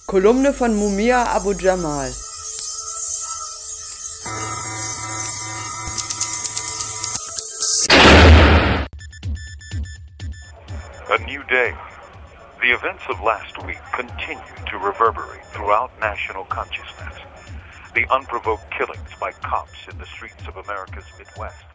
Kolumne von Mumia Abu Jamal. A new day. The events of last week continue to reverberate throughout national consciousness. The unprovoked killings by cops in the streets of America's Midwest.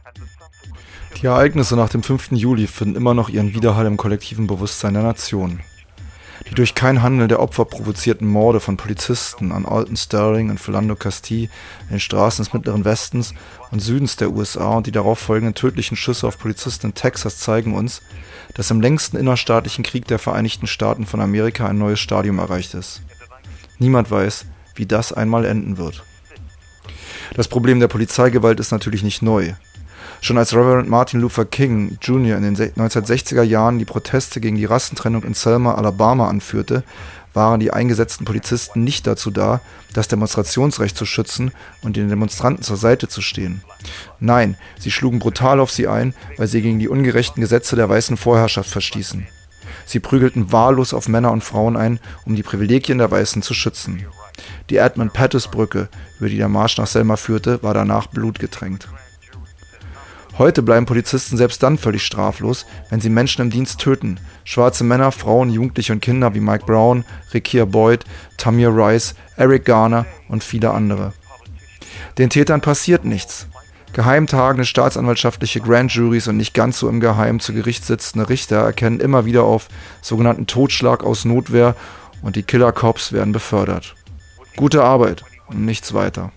Die Ereignisse nach dem 5. Juli finden immer noch ihren Widerhall im kollektiven Bewusstsein der Nation. Die durch kein Handeln der Opfer provozierten Morde von Polizisten an Alton Sterling und Philando Castile in den Straßen des Mittleren Westens und Südens der USA und die darauf folgenden tödlichen Schüsse auf Polizisten in Texas zeigen uns, dass im längsten innerstaatlichen Krieg der Vereinigten Staaten von Amerika ein neues Stadium erreicht ist. Niemand weiß, wie das einmal enden wird. Das Problem der Polizeigewalt ist natürlich nicht neu. Schon als Reverend Martin Luther King Jr. in den 1960er Jahren die Proteste gegen die Rassentrennung in Selma, Alabama anführte, waren die eingesetzten Polizisten nicht dazu da, das Demonstrationsrecht zu schützen und den Demonstranten zur Seite zu stehen. Nein, sie schlugen brutal auf sie ein, weil sie gegen die ungerechten Gesetze der weißen Vorherrschaft verstießen. Sie prügelten wahllos auf Männer und Frauen ein, um die Privilegien der Weißen zu schützen. Die Edmund-Pettus-Brücke, über die der Marsch nach Selma führte, war danach blutgetränkt. Heute bleiben Polizisten selbst dann völlig straflos, wenn sie Menschen im Dienst töten. Schwarze Männer, Frauen, Jugendliche und Kinder wie Mike Brown, Rekia Boyd, Tamir Rice, Eric Garner und viele andere. Den Tätern passiert nichts. Geheimtagende staatsanwaltschaftliche Grand Juries und nicht ganz so im Geheim zu Gericht sitzende Richter erkennen immer wieder auf sogenannten Totschlag aus Notwehr und die Killer Cops werden befördert. Gute Arbeit und nichts weiter.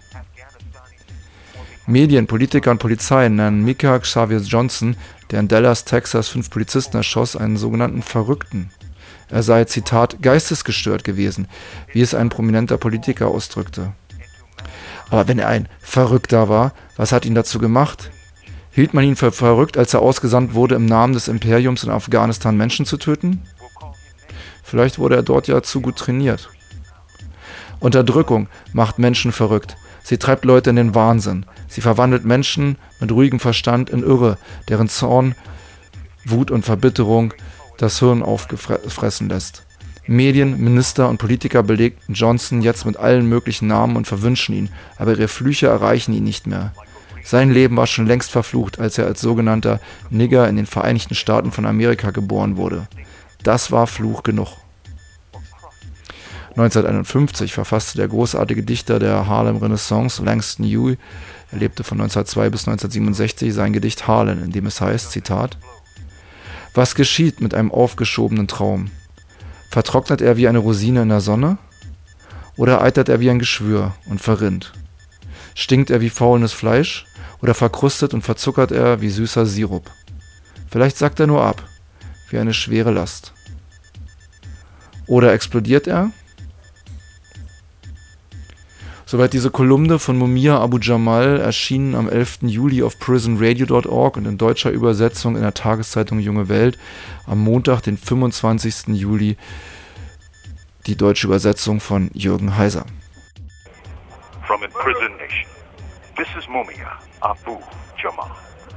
Medien, Politiker und Polizei nennen Micah Xavier Johnson, der in Dallas, Texas 5 Polizisten erschoss, einen sogenannten Verrückten. Er sei, Zitat, geistesgestört gewesen, wie es ein prominenter Politiker ausdrückte. Aber wenn er ein Verrückter war, was hat ihn dazu gemacht? Hielt man ihn für verrückt, als er ausgesandt wurde, im Namen des Imperiums in Afghanistan Menschen zu töten? Vielleicht wurde er dort ja zu gut trainiert. Unterdrückung macht Menschen verrückt. Sie treibt Leute in den Wahnsinn. Sie verwandelt Menschen mit ruhigem Verstand in Irre, deren Zorn, Wut und Verbitterung das Hirn aufgefressen lässt. Medien, Minister und Politiker belegten Johnson jetzt mit allen möglichen Namen und verwünschen ihn, aber ihre Flüche erreichen ihn nicht mehr. Sein Leben war schon längst verflucht, als er als sogenannter Nigger in den Vereinigten Staaten von Amerika geboren wurde. Das war Fluch genug. 1951 verfasste der großartige Dichter der Harlem Renaissance, Langston Hughes, er lebte von 1902 bis 1967, sein Gedicht Harlem, in dem es heißt, Zitat: Was geschieht mit einem aufgeschobenen Traum? Vertrocknet er wie eine Rosine in der Sonne? Oder eitert er wie ein Geschwür und verrinnt? Stinkt er wie faulendes Fleisch? Oder verkrustet und verzuckert er wie süßer Sirup? Vielleicht sackt er nur ab, wie eine schwere Last. Oder explodiert er? Soweit diese Kolumne von Mumia Abu Jamal, erschienen am 11. Juli auf prisonradio.org und in deutscher Übersetzung in der Tageszeitung Junge Welt am Montag, den 25. Juli, die deutsche Übersetzung von Jürgen Heiser. From Imprisoned Nation, this is Mumia Abu Jamal.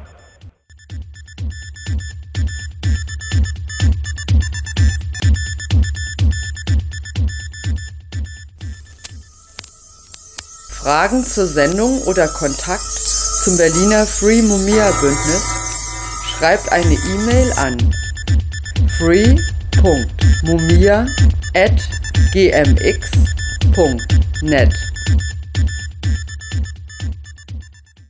Fragen zur Sendung oder Kontakt zum Berliner Free Mumia Bündnis? Schreibt eine E-Mail an free.mumia@gmx.net.